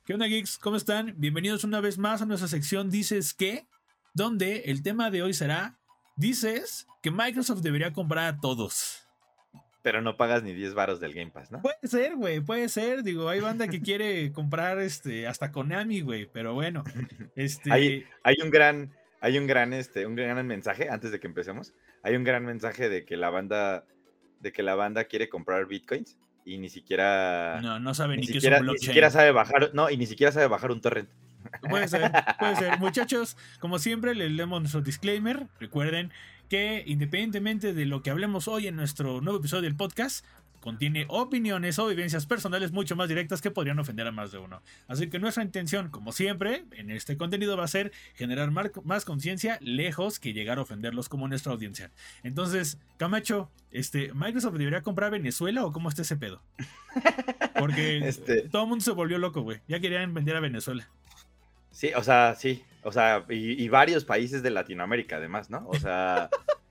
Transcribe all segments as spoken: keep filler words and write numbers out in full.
¿Qué onda, geeks? ¿Cómo están? Bienvenidos una vez más a nuestra sección Dices qué, donde el tema de hoy será: dices que Microsoft debería comprar a todos. Pero no pagas ni diez varos del Game Pass, ¿no? Puede ser, güey, puede ser. Digo, hay banda que quiere comprar este hasta Konami, güey, pero bueno, hay, este... hay un gran, hay un gran, este, un gran mensaje, antes de que empecemos, hay un gran mensaje de que la banda, de que la banda quiere comprar bitcoins y ni siquiera, No, no sabe ni ni qué es un siquiera, ni siquiera blockchain. sabe bajar, no, y ni siquiera sabe bajar un torrent. Puede ser, puede ser. Muchachos, como siempre, les leemos nuestro disclaimer. Recuerden que independientemente de lo que hablemos hoy en nuestro nuevo episodio del podcast, contiene opiniones o vivencias personales mucho más directas que podrían ofender a más de uno. Así que nuestra intención, como siempre, en este contenido va a ser generar más conciencia, lejos que llegar a ofenderlos como nuestra audiencia. Entonces, Camacho, este, ¿Microsoft debería comprar Venezuela o cómo está ese pedo? Porque este, todo el mundo se volvió loco, güey. Ya querían vender a Venezuela. Sí, o sea, sí, o sea, y, y varios países de Latinoamérica además, ¿no? O sea,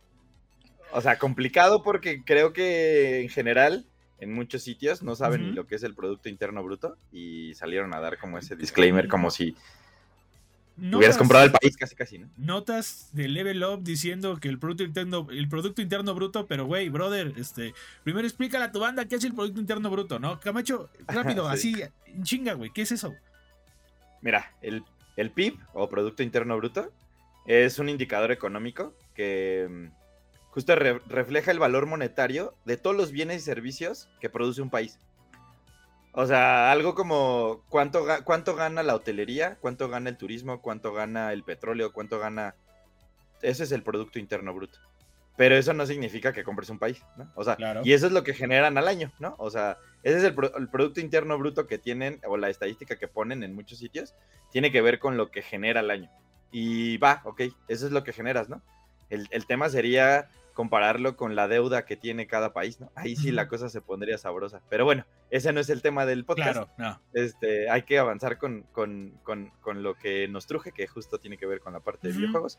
o sea, complicado porque creo que en general en muchos sitios no saben uh-huh. ni lo que es el Producto Interno Bruto y salieron a dar como ese disclaimer como si notas, hubieras comprado el país casi casi, ¿no? Notas de Level Up diciendo que el Producto Interno, el Producto Interno Bruto, pero güey, brother, este, primero explícale a tu banda qué es el Producto Interno Bruto, ¿no? Camacho, rápido, sí. así, chinga, güey, ¿qué es eso? Mira, el, el P I B o Producto Interno Bruto es un indicador económico que justo re, refleja el valor monetario de todos los bienes y servicios que produce un país. O sea, algo como cuánto, cuánto gana la hotelería, cuánto gana el turismo, cuánto gana el petróleo, cuánto gana... Ese es el Producto Interno Bruto. Pero eso no significa que compres un país, ¿no? O sea, claro. Y eso es lo que generan al año, ¿no? O sea, ese es el, pro, el Producto Interno Bruto que tienen, o la estadística que ponen en muchos sitios, tiene que ver con lo que genera al año. Y va, ok, eso es lo que generas, ¿no? El, el tema sería compararlo con la deuda que tiene cada país, ¿no? Ahí sí uh-huh. la cosa se pondría sabrosa. Pero bueno, ese no es el tema del podcast. Claro, no. Este, hay que avanzar con, con, con, con lo que nos truje, que justo tiene que ver con la parte uh-huh. de videojuegos.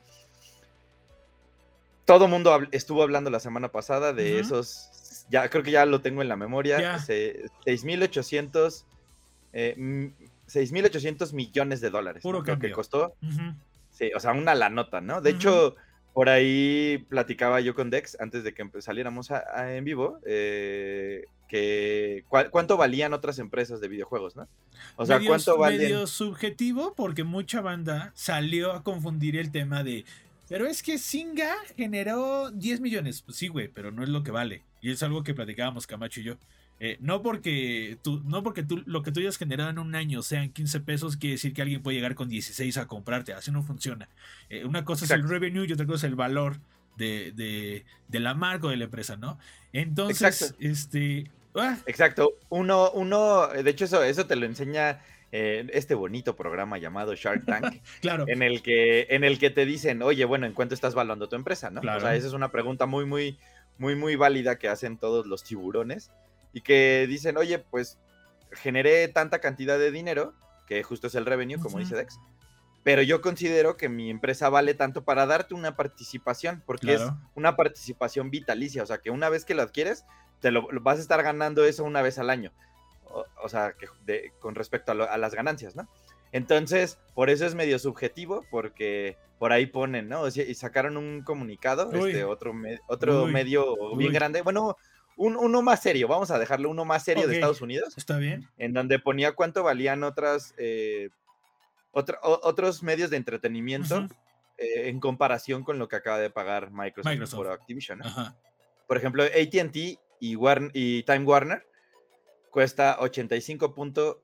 Todo mundo hab- estuvo hablando la semana pasada de uh-huh. esos, ya creo que ya lo tengo en la memoria, yeah. seis mil ochocientos eh, millones de dólares. Puro ¿no? cambio. Lo que costó. Uh-huh. Sí, o sea, una la nota, ¿no? De uh-huh. hecho, por ahí platicaba yo con Dex antes de que saliéramos a, a en vivo, eh, que cu- cuánto valían otras empresas de videojuegos, ¿no? O sea, medio, cuánto valían... medio subjetivo, porque mucha banda salió a confundir el tema de... Pero es que Zynga generó diez millones. Pues sí, güey, pero no es lo que vale. Y es algo que platicábamos Camacho y yo. Eh, no porque tú, no porque tú, lo que tú hayas generado en un año sean quince pesos, quiere decir que alguien puede llegar con dieciséis a comprarte. Así no funciona. Eh, una cosa Exacto. es el revenue y otra cosa es el valor de, de, de la marca o de la empresa, ¿no? Entonces, Exacto. este... ¡ah! Exacto. Uno, uno, de hecho, eso, eso te lo enseña... Eh, este bonito programa llamado Shark Tank, claro. en el que en el que te dicen, oye, bueno, ¿en cuánto estás valuando tu empresa? ¿no? Claro. O sea, esa es una pregunta muy, muy, muy, muy válida que hacen todos los tiburones y que dicen, oye, pues generé tanta cantidad de dinero, que justo es el revenue, como uh-huh. dice Dex, pero yo considero que mi empresa vale tanto para darte una participación, porque claro. es una participación vitalicia, o sea, que una vez que lo adquieres, te lo vas a estar ganando eso una vez al año. O, o sea, que de, con respecto a, lo, a las ganancias, ¿no? Entonces, por eso es medio subjetivo, porque por ahí ponen, ¿no? O sea, y sacaron un comunicado, Uy. este otro, me, otro Uy. medio bien Uy. grande, bueno, un, uno más serio, vamos a dejarlo uno más serio okay. de Estados Unidos. Está bien. En donde ponía cuánto valían otras, eh, otro, o, otros medios de entretenimiento uh-huh. eh, en comparación con lo que acaba de pagar Microsoft, Microsoft. por Activision, ¿no? Ajá. Por ejemplo, A T and T y, Warn- y Time Warner cuesta ochenta y cinco punto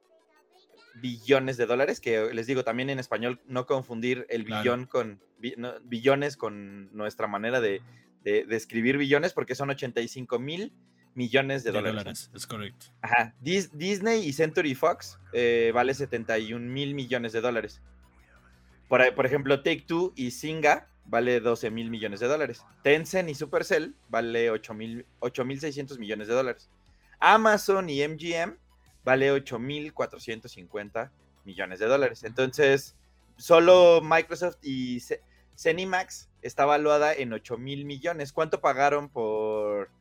billones de dólares, que les digo también en español, no confundir el claro. billón con bi, no, billones con nuestra manera de, de, de escribir billones, porque son ochenta y cinco mil millones de, de dólares. dólares. Es correcto. Ajá. Dis, Disney y Century Fox eh, vale setenta y un mil millones de dólares. Por, por ejemplo, Take Two y Zynga vale doce mil millones de dólares. Tencent y Supercell vale ocho mil seiscientos millones de dólares. Amazon y M G M vale ocho mil cuatrocientos cincuenta millones de dólares. Entonces, solo Microsoft y Zenimax está valuada en ocho mil millones. ¿Cuánto pagaron por,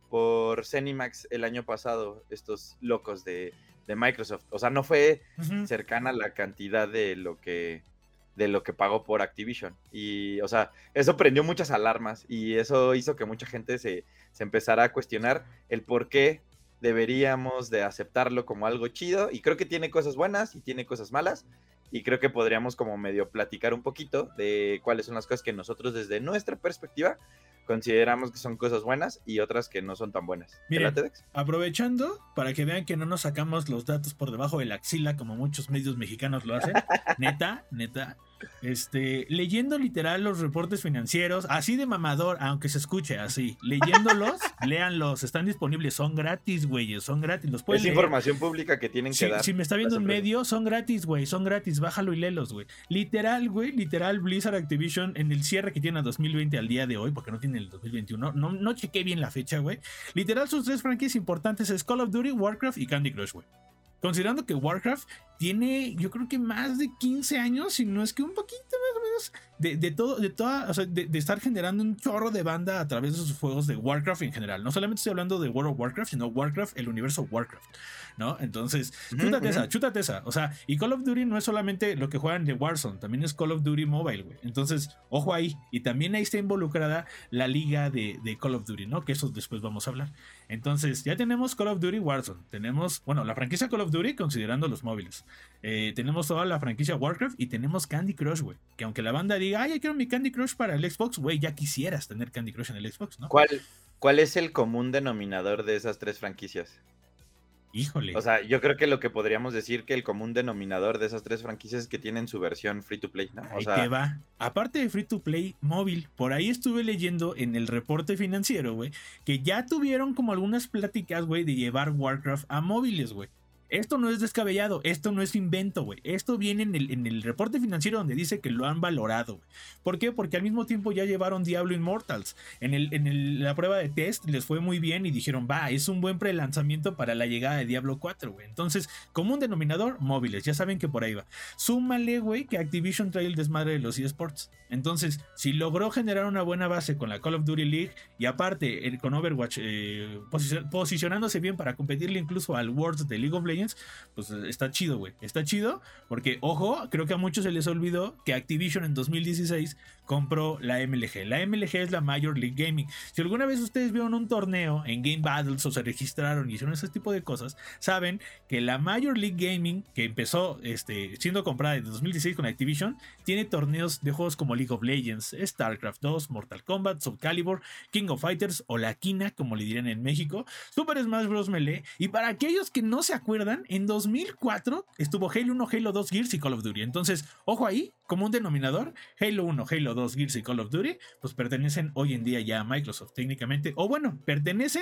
por Zenimax el año pasado, estos locos de, de Microsoft. O sea, no fue uh-huh. cercana la cantidad de lo que de lo que pagó por Activision. Y, o sea, eso prendió muchas alarmas y eso hizo que mucha gente se, se empezara a cuestionar el por qué deberíamos de aceptarlo como algo chido. Y creo que tiene cosas buenas y tiene cosas malas. Y creo que podríamos como medio platicar un poquito de cuáles son las cosas que nosotros desde nuestra perspectiva consideramos que son cosas buenas y otras que no son tan buenas. Miren, aprovechando para que vean que no nos sacamos los datos por debajo de la axila como muchos medios mexicanos lo hacen, neta, neta, este, leyendo literal los reportes financieros, así de mamador, aunque se escuche así, leyéndolos, léanlos, están disponibles, son gratis, güeyes, son gratis, los pueden Es leer. Información pública que tienen si, que dar. Si me está viendo en medio, son gratis, güey, son gratis, bájalo y léelos, güey. Literal, güey, literal, Blizzard Activision en el cierre que tiene a dos mil veinte al día de hoy, porque no tiene el dos mil veintiuno, no, no chequé bien la fecha, güey. Literal, sus tres franquicias importantes es Call of Duty, Warcraft y Candy Crush, güey. Considerando que Warcraft tiene, yo creo que más de quince años, si no es que un poquito más o menos, de, de todo, de toda, o sea, de, de estar generando un chorro de banda a través de sus juegos de Warcraft en general. No solamente estoy hablando de World of Warcraft, sino Warcraft, el universo Warcraft, ¿no? Entonces, chútate uh-huh. esa, chútate esa. O sea, y Call of Duty no es solamente lo que juegan de Warzone, también es Call of Duty Mobile, güey. Entonces, ojo ahí. Y también ahí está involucrada la liga de, de Call of Duty, ¿no? Que eso después vamos a hablar. Entonces, ya tenemos Call of Duty Warzone. Tenemos, bueno, la franquicia Call of Duty considerando los móviles. Eh, tenemos toda la franquicia Warcraft y tenemos Candy Crush, güey. Que aunque la banda diga, ay, ya quiero mi Candy Crush para el Xbox, güey, ya quisieras tener Candy Crush en el Xbox, ¿no? ¿Cuál, cuál es el común denominador de esas tres franquicias? Híjole. O sea, yo creo que lo que podríamos decir que el común denominador de esas tres franquicias es que tienen su versión free to play, ¿no? O ahí sea, te va. Aparte de free to play móvil, por ahí estuve leyendo en el reporte financiero, güey, que ya tuvieron como algunas pláticas, güey, de llevar Warcraft a móviles, güey. Esto no es descabellado, esto no es invento, güey. Esto viene en el, en el reporte financiero donde dice que lo han valorado, güey. ¿Por qué? Porque al mismo tiempo ya llevaron Diablo Immortals. En, el, en el, la prueba de test les fue muy bien y dijeron, va, es un buen prelanzamiento para la llegada de Diablo cuatro, güey. Entonces, como un denominador, móviles. Ya saben que por ahí va. Súmale, güey, que Activision trae el desmadre de los eSports. Entonces, si logró generar una buena base con la Call of Duty League y aparte el, con Overwatch eh, posi- posicionándose bien para competirle incluso al Worlds de League of Legends, pues está chido, güey. Está chido porque, ojo, creo que a muchos se les olvidó que Activision en dos mil dieciséis compró la M L G. La M L G es la Major League Gaming. Si alguna vez ustedes vieron un torneo en Game Battles o se registraron y hicieron ese tipo de cosas, saben que la Major League Gaming, que empezó este, siendo comprada en dos mil dieciséis con Activision, tiene torneos de juegos como League of Legends, StarCraft dos, Mortal Kombat, Soul Calibur, King of Fighters o la Quina, como le dirían en México, Super Smash Bros. Melee. Y para aquellos que no se acuerdan, en dos mil cuatro estuvo Halo uno, Halo dos, Gears y Call of Duty. Entonces, ojo ahí, como un denominador, Halo uno, Halo dos, Gears y Call of Duty, pues pertenecen hoy en día ya a Microsoft técnicamente, o bueno, pertenecen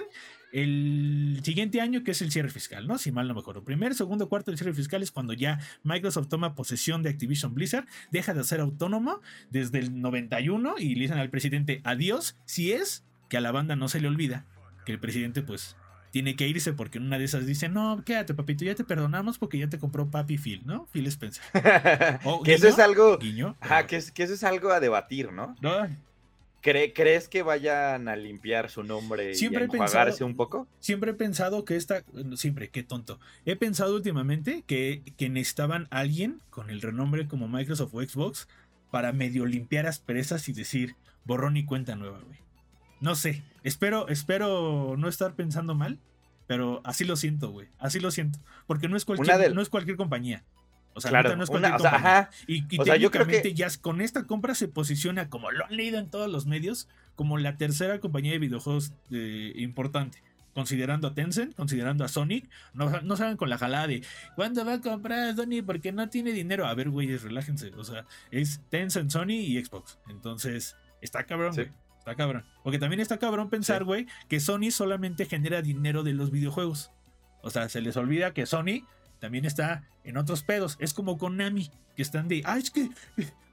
el siguiente año que es el cierre fiscal, ¿no? Si mal no me acuerdo. Primer, segundo, cuarto del cierre fiscal es cuando ya Microsoft toma posesión de Activision Blizzard, deja de ser autónomo desde el noventa y uno y le dicen al presidente adiós, si es que a la banda no se le olvida que el presidente pues tiene que irse porque en una de esas dice, no, quédate papito, ya te perdonamos porque ya te compró papi Phil, ¿no? Phil Spencer. O, que guiño, eso es algo, guiño, ajá, que, es, que eso es algo a debatir, ¿no? no ¿Cre, ¿Crees que vayan a limpiar su nombre siempre y a enjuagarse pensado, un poco? Siempre he pensado que esta, siempre, qué tonto, he pensado últimamente que, que necesitaban alguien con el renombre como Microsoft o Xbox para medio limpiar asperezas y decir, borrón y cuenta nueva, güey. No sé, espero, espero no estar pensando mal, pero así lo siento, güey. Así lo siento. Porque no es cualquier, del... no es cualquier compañía. O sea, claro, no es cualquier una, compañía. O sea, ajá. Y, y o técnicamente sea, yo creo que... ya con esta compra se posiciona, como lo han leído en todos los medios, como la tercera compañía de videojuegos eh, importante. Considerando a Tencent, considerando a Sonic, no, no saben con la jalada de ¿cuándo va a comprar Sony? Porque no tiene dinero. A ver, güeyes, relájense. O sea, es Tencent, Sony y Xbox. Entonces, está cabrón, güey. Sí. Está cabrón. Porque también está cabrón pensar, güey, sí. que Sony solamente genera dinero de los videojuegos. O sea, se les olvida que Sony también está en otros pedos. Es como Konami, que están de, ah, es que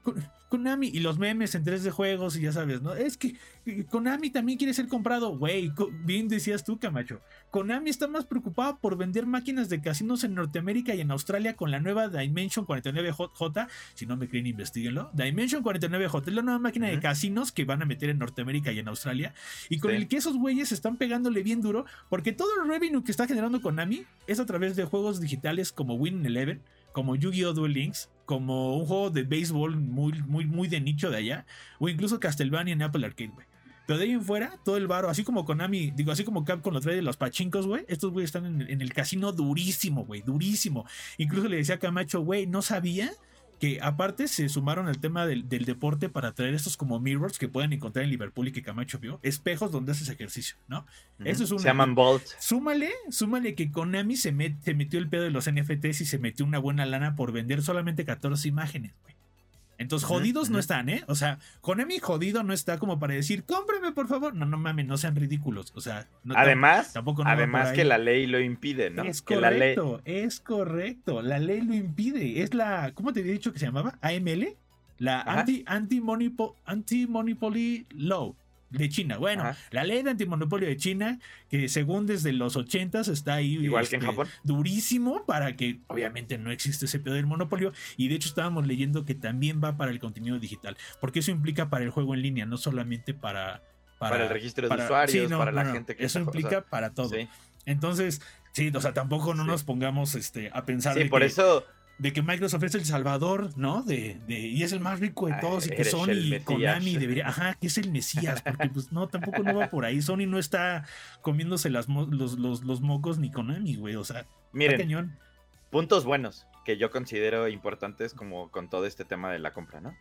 Konami y los memes en tres D juegos y ya sabes, ¿no? Es que Konami también quiere ser comprado, güey, bien decías tú, Camacho. Konami está más preocupado por vender máquinas de casinos en Norteamérica y en Australia con la nueva Dimension cuarenta y nueve J, si no me creen, investiguenlo. Dimension cuarenta y nueve J es la nueva máquina uh-huh. de casinos que van a meter en Norteamérica y en Australia y con sí. el que esos güeyes están pegándole bien duro porque todo el revenue que está generando Konami es a través de juegos digitales como Winning Eleven, como Yu-Gi-Oh! Duel Links, como un juego de béisbol muy, muy, muy de nicho de allá, o incluso Castlevania en Apple Arcade, güey. Pero de ahí en fuera, todo el varo, así como Konami, digo, así como Capcom lo trae de los pachincos, güey, estos güey están en, en el casino durísimo, güey, durísimo. Incluso le decía a Camacho, güey, no sabía que aparte se sumaron al tema del, del deporte para traer estos como mirrors que pueden encontrar en Liverpool y que Camacho vio, espejos donde haces ejercicio, ¿no? Uh-huh. Eso es una, se llaman Bolt. Súmale, súmale que Konami se, met, se metió el pedo de los N F Ts y se metió una buena lana por vender solamente catorce imágenes, güey. Entonces, jodidos uh-huh. no están, ¿eh? O sea, Konami jodido no está como para decir, cómprame, por favor. No, no mames, no sean ridículos. O sea, no, además, tampoco no además que la ley lo impide, ¿no? Es que correcto, la ley... es correcto. La ley lo impide. Es la, ¿cómo te había dicho que se llamaba? A M L. La anti, anti-monopoly anti law de China. Bueno, ajá. la ley de antimonopolio de China, que según desde los ochentas está ahí igual este, que en Japón, durísimo para que obviamente no existe ese pedo del monopolio, y de hecho estábamos leyendo que también va para el contenido digital, porque eso implica para el juego en línea, no solamente para para, para el registro para, de usuarios, sí, no, para no, la no, gente que eso está, implica o sea, para todo. Sí. Entonces, sí, o sea, tampoco no sí. nos pongamos este a pensar sí, de por que, eso de que Microsoft es el salvador, ¿no? De, de, y es el más rico de todos, Ay, y que Sony y Konami debería, ajá, que es el Mesías, porque pues no, tampoco no va por ahí. Sony no está comiéndose las mo- los, los, los mocos ni Konami, güey, o sea, miren, cañón. Puntos buenos que yo considero importantes como con todo este tema de la compra, ¿no?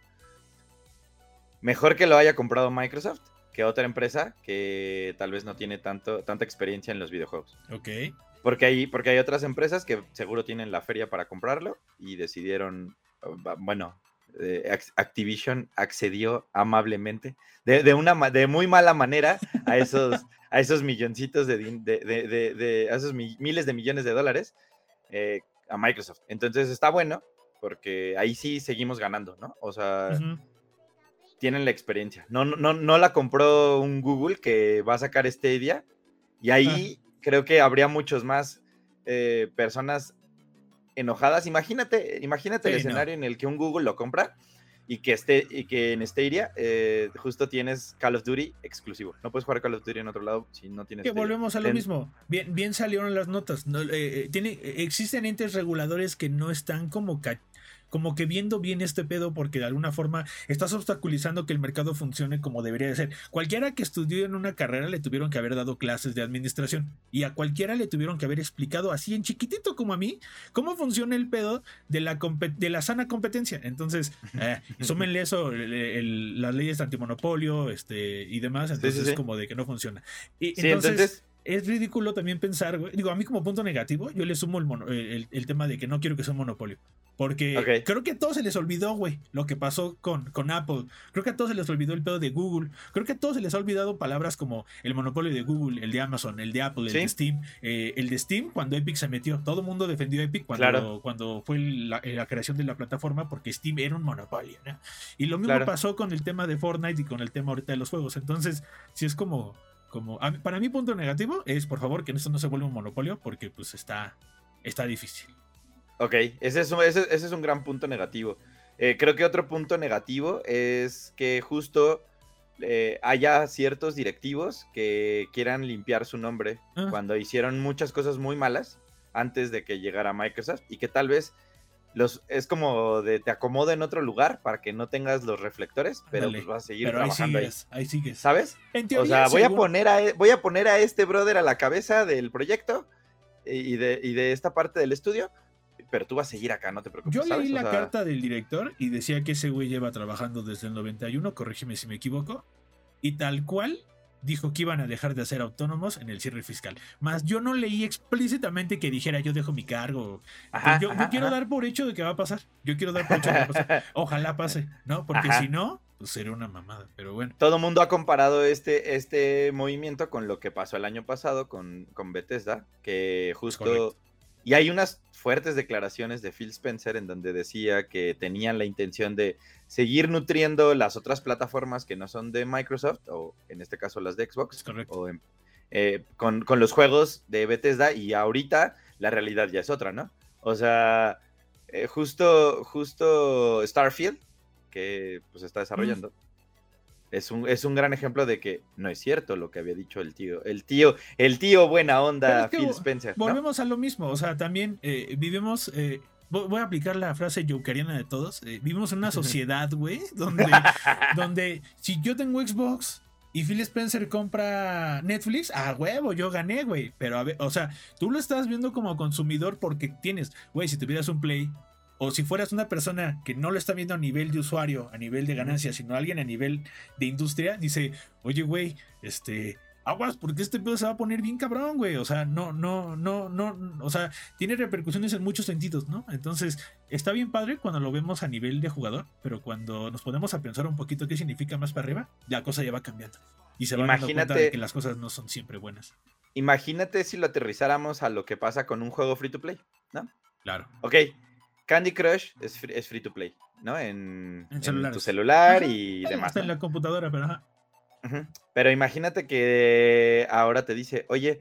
Mejor que lo haya comprado Microsoft que otra empresa que tal vez no tiene tanto, tanta experiencia en los videojuegos. Ok. Porque hay, porque hay otras empresas que seguro tienen la feria para comprarlo y decidieron, bueno, eh, Activision accedió amablemente, de, de una de muy mala manera a esos, a esos milloncitos de, de, de, de, de a esos mi, miles de millones de dólares eh, a Microsoft. Entonces está bueno, porque ahí sí seguimos ganando, ¿no? O sea, uh-huh. tienen la experiencia. No, no, no la compró un Google que va a sacar Stadia y ahí... Uh-huh. Creo que habría muchos más eh, personas enojadas. Imagínate, imagínate sí, el escenario no. en el que un Google lo compra y que esté y que en Stadia eh, justo tienes Call of Duty exclusivo. No puedes jugar Call of Duty en otro lado si no tienes. Que Stadia. volvemos a lo en... mismo. Bien, bien salieron las notas. No, eh, tiene, existen entes reguladores que no están como ca- como que viendo bien este pedo porque de alguna forma estás obstaculizando que el mercado funcione como debería de ser. Cualquiera que estudió en una carrera le tuvieron que haber dado clases de administración y a cualquiera le tuvieron que haber explicado así en chiquitito como a mí cómo funciona el pedo de la, comp- de la sana competencia. Entonces, eh, súmenle eso, el, el, las leyes de antimonopolio este, y demás, entonces sí, sí, sí. como de que no funciona. Y, sí, entonces... entonces... Es ridículo también pensar, güey. Digo, a mí como punto negativo, yo le sumo el, mono, el, el tema de que no quiero que sea un monopolio. Porque okay. creo que a todos se les olvidó, güey, lo que pasó con, con Apple. Creo que a todos se les olvidó el pedo de Google. Creo que a todos se les ha olvidado palabras como el monopolio de Google, el de Amazon, el de Apple, el ¿Sí? de Steam. Eh, el de Steam cuando Epic se metió. Todo el mundo defendió a Epic cuando, claro. cuando fue la, la creación de la plataforma porque Steam era un monopolio, ¿no? Y lo mismo claro. pasó con el tema de Fortnite y con el tema ahorita de los juegos. Entonces, si es como... Como, para mí punto negativo es por favor que esto no se vuelva un monopolio porque pues está, está difícil. Ok, ese es un, ese, ese es un gran punto negativo. Eh, creo que otro punto negativo es que justo eh, haya ciertos directivos que quieran limpiar su nombre ah. cuando hicieron muchas cosas muy malas antes de que llegara Microsoft y que tal vez los es como de te acomodo en otro lugar para que no tengas los reflectores, pero Dale, pues vas a seguir pero trabajando ahí. Sigues, ahí. ahí sigues. ¿Sabes? En teoría, o sea, voy según... a poner a voy a poner a este brother a la cabeza del proyecto y de, y de esta parte del estudio, pero tú vas a seguir acá, no te preocupes. Yo leí ¿sabes? la o sea... carta del director y decía que ese güey lleva trabajando desde el noventa y uno, corrígeme si me equivoco, y tal cual dijo que iban a dejar de ser autónomos en el cierre fiscal. Más yo no leí explícitamente que dijera yo dejo mi cargo. Ajá, yo, ajá, yo quiero ajá. dar por hecho de que va a pasar. Yo quiero dar por hecho de que va a pasar. Ojalá pase, ¿no? Porque ajá. si no, pues sería una mamada. Pero bueno. Todo el mundo ha comparado este, este movimiento con lo que pasó el año pasado con, con Bethesda, que justo Y hay unas fuertes declaraciones de Phil Spencer en donde decía que tenían la intención de seguir nutriendo las otras plataformas que no son de Microsoft, o en este caso las de Xbox, Es correcto. o en, eh, con, con los juegos de Bethesda, y ahorita la realidad ya es otra, ¿no? O sea, eh, justo, justo Starfield, que pues está desarrollando, mm. Es un, es un gran ejemplo de que no es cierto lo que había dicho el tío. El tío, el tío buena onda, es que Phil Spencer, ¿no? Volvemos a lo mismo. O sea, también eh, vivimos. Eh, voy a aplicar la frase jokeriana de todos. Eh, vivimos en una sociedad, güey, donde, donde si yo tengo Xbox y Phil Spencer compra Netflix, a huevo, yo gané, güey. Pero a ver, o sea, tú lo estás viendo como consumidor porque tienes, güey, si tuvieras un Play. O si fueras una persona que no lo está viendo a nivel de usuario, a nivel de ganancia, sino alguien a nivel de industria, dice, oye, güey, este, aguas, porque este pedo se va a poner bien cabrón, güey. O sea, no, no, no, no, o sea, tiene repercusiones en muchos sentidos, ¿no? Entonces, está bien padre cuando lo vemos a nivel de jugador, pero cuando nos ponemos a pensar un poquito qué significa más para arriba, la cosa ya va cambiando. Y se va dando cuenta de que las cosas no son siempre buenas. Imagínate si lo aterrizáramos a lo que pasa con un juego free to play, ¿no? Claro. Ok. Candy Crush es free, es free to play, ¿no? En, en, en tu celular ajá, y eh, demás. Está ¿no? en la computadora, pero ajá. Uh-huh. Pero imagínate que ahora te dice, oye,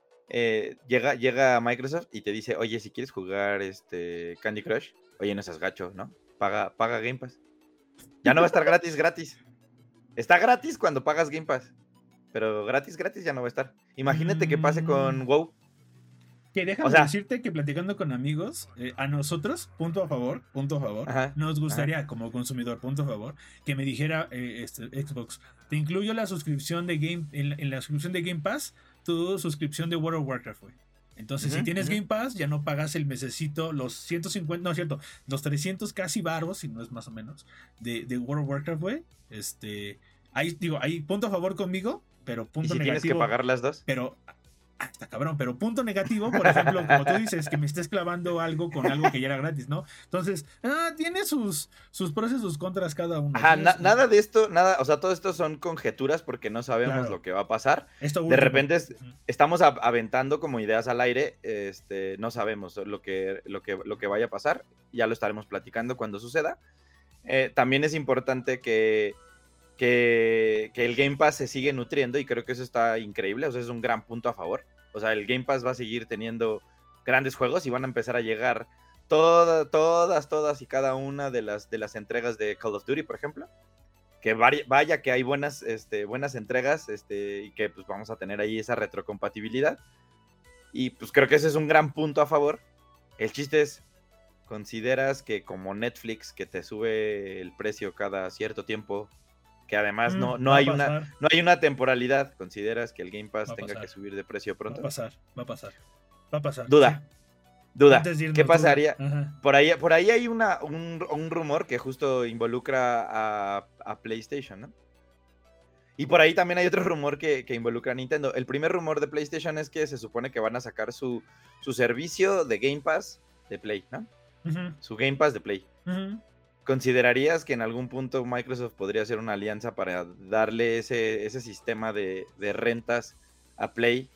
eh, llega, llega Microsoft y te dice, oye, si quieres jugar este Candy Crush, oye, no seas gacho, ¿no? Paga, paga Game Pass. Ya no va a estar gratis, gratis. Está gratis cuando pagas Game Pass. Pero gratis, gratis ya no va a estar. Imagínate mm. que pase con WoW. Que déjame o sea, decirte que platicando con amigos, eh, a nosotros, punto a favor, punto a favor, ajá, nos gustaría, ajá. como consumidor, punto a favor, que me dijera eh, este, Xbox, te incluyo la suscripción de Game, en, en la suscripción de Game Pass, tu suscripción de World of Warcraft, güey. Entonces, uh-huh, si tienes uh-huh. Game Pass, ya no pagas el mesecito, los ciento cincuenta, no es cierto, los trescientos casi baros, si no es más o menos, de, de World of Warcraft, güey. Este, ahí, digo, ahí, punto a favor conmigo, pero punto ¿Y si negativo. Tienes que pagar las dos. Pero Ah, está cabrón, pero punto negativo, por ejemplo, como tú dices, que me estés clavando algo con algo que ya era gratis, ¿no? Entonces, ah, tiene sus, sus pros y sus contras cada uno. Ajá, na- nada de esto, nada, o sea, todo esto son conjeturas porque no sabemos claro. lo que va a pasar. Esto de repente es, estamos a- aventando como ideas al aire, este, no sabemos lo que, lo que, lo que vaya a pasar, ya lo estaremos platicando cuando suceda. Eh, también es importante que Que, que el Game Pass se sigue nutriendo y creo que eso está increíble, o sea, es un gran punto a favor. O sea, el Game Pass va a seguir teniendo grandes juegos y van a empezar a llegar todas, todas, todas y cada una de las, de las entregas de Call of Duty, por ejemplo. Que vaya que hay buenas, este, buenas entregas este, y que pues vamos a tener ahí esa retrocompatibilidad. Y pues creo que ese es un gran punto a favor. El chiste es, ¿consideras que como Netflix, que te sube el precio cada cierto tiempo, que además mm, no, no, hay una, no hay una temporalidad, ¿consideras que el Game Pass tenga que subir de precio pronto? Va a pasar, va a pasar, va a pasar. Duda, sí. duda. Irnos, ¿Qué pasaría? Por ahí, por ahí hay una, un, un rumor que justo involucra a, a PlayStation, ¿no? Y por ahí también hay otro rumor que, que involucra a Nintendo. El primer rumor de PlayStation es que se supone que van a sacar su, su servicio de Game Pass de Play, ¿no? Uh-huh. Su Game Pass de Play. Uh-huh. ¿Considerarías que en algún punto Microsoft podría hacer una alianza para darle ese, ese sistema de, de rentas a Play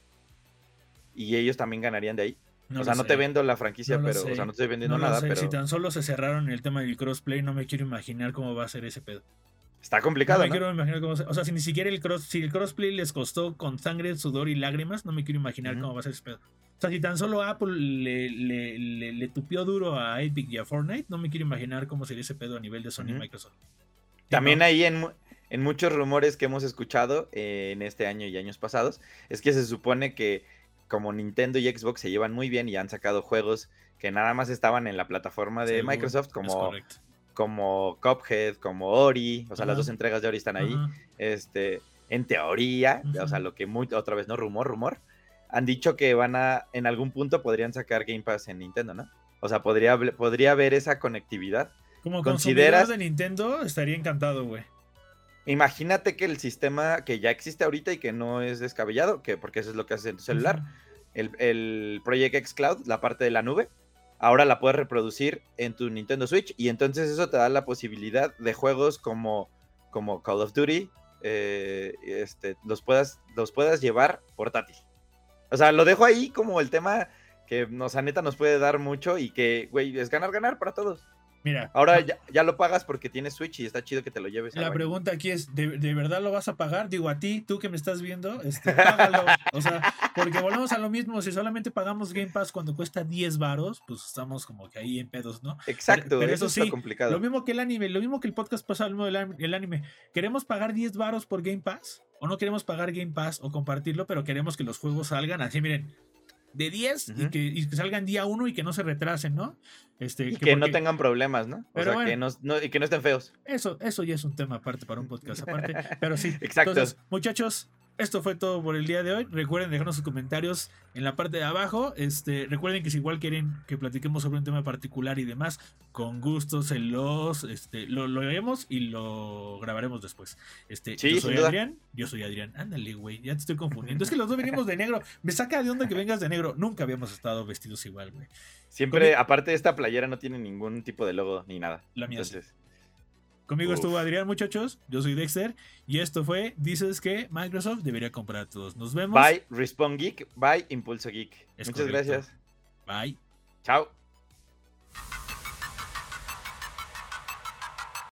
y ellos también ganarían de ahí? No o sea, no sé. te vendo la franquicia, no pero, o sea, no te estoy vendiendo no nada, sé. pero... Si tan solo se cerraron el tema del crossplay, no me quiero imaginar cómo va a ser ese pedo. Está complicado, No me ¿no? quiero imaginar cómo... O sea, si ni siquiera el cross... Si el crossplay les costó con sangre, sudor y lágrimas, no me quiero imaginar uh-huh. cómo va a ser ese pedo. O sea, si tan solo Apple le, le, le, le tupió duro a Epic y a Fortnite, no me quiero imaginar cómo sería ese pedo a nivel de Sony y uh-huh. Microsoft. También ahí en, en muchos rumores que hemos escuchado eh, en este año y años pasados, es que se supone que como Nintendo y Xbox se llevan muy bien y han sacado juegos que nada más estaban en la plataforma de Seguro, Microsoft, como, como Cuphead, como Ori, o sea, uh-huh. las dos entregas de Ori están ahí. Uh-huh. Este, en teoría, uh-huh. o sea, lo que muy, otra vez, ¿no? Rumor, rumor. Han dicho que van a, en algún punto podrían sacar Game Pass en Nintendo, ¿no? O sea, podría, podría haber esa conectividad. Como consumidor de Nintendo, estaría encantado, güey. Imagínate que el sistema que ya existe ahorita y que no es descabellado, que porque eso es lo que haces en tu celular, uh-huh. el, el Project X Cloud, la parte de la nube, ahora la puedes reproducir en tu Nintendo Switch y entonces eso te da la posibilidad de juegos como, como Call of Duty, eh, este, los, puedas, los puedas llevar portátil. O sea, lo dejo ahí como el tema que nos, a neta nos puede dar mucho y que, güey, es ganar, ganar para todos. Mira. Ahora ya, ya lo pagas porque tienes Switch y está chido que te lo lleves. La pregunta aquí es, ¿de, ¿de verdad lo vas a pagar? Digo, a ti, tú que me estás viendo, este, págalo. O sea, porque volvemos a lo mismo, si solamente pagamos Game Pass cuando cuesta diez varos, pues estamos como que ahí en pedos, ¿no? Exacto, pero, pero eso, eso es sí, complicado. Lo mismo que el anime, lo mismo que el podcast pasado, el, el anime. ¿Queremos pagar diez varos por Game Pass? ¿O no queremos pagar Game Pass o compartirlo, pero queremos que los juegos salgan así, miren, de diez uh-huh. y, que, y que salgan día uno y que no se retrasen, ¿no? Este, y que, que porque... no tengan problemas, ¿no? O pero sea, bueno, que no, no, y que no estén feos. Eso, eso ya es un tema aparte para un podcast aparte, pero sí. Exacto. Entonces, muchachos, esto fue todo por el día de hoy. Recuerden dejarnos sus comentarios en la parte de abajo. Este, recuerden que si igual quieren que platiquemos sobre un tema particular y demás, con gusto se los, este, lo, lo haremos y lo grabaremos después. Este, sí, yo soy sin Adrián, duda. yo soy Adrián. Ándale, güey, ya te estoy confundiendo. Es que los dos venimos de negro. Me saca de onda que vengas de negro. Nunca habíamos estado vestidos igual, güey. Siempre, Con... aparte, esta playera no tiene ningún tipo de logo ni nada. La mía Entonces... sí. Conmigo Uf. estuvo Adrián, muchachos. Yo soy Dexter. Y esto fue Dices que Microsoft debería comprar a todos. Nos vemos. Bye, Respawn Geek. Bye, Impulso Geek. Es Muchas correcto. gracias. Bye. Chao.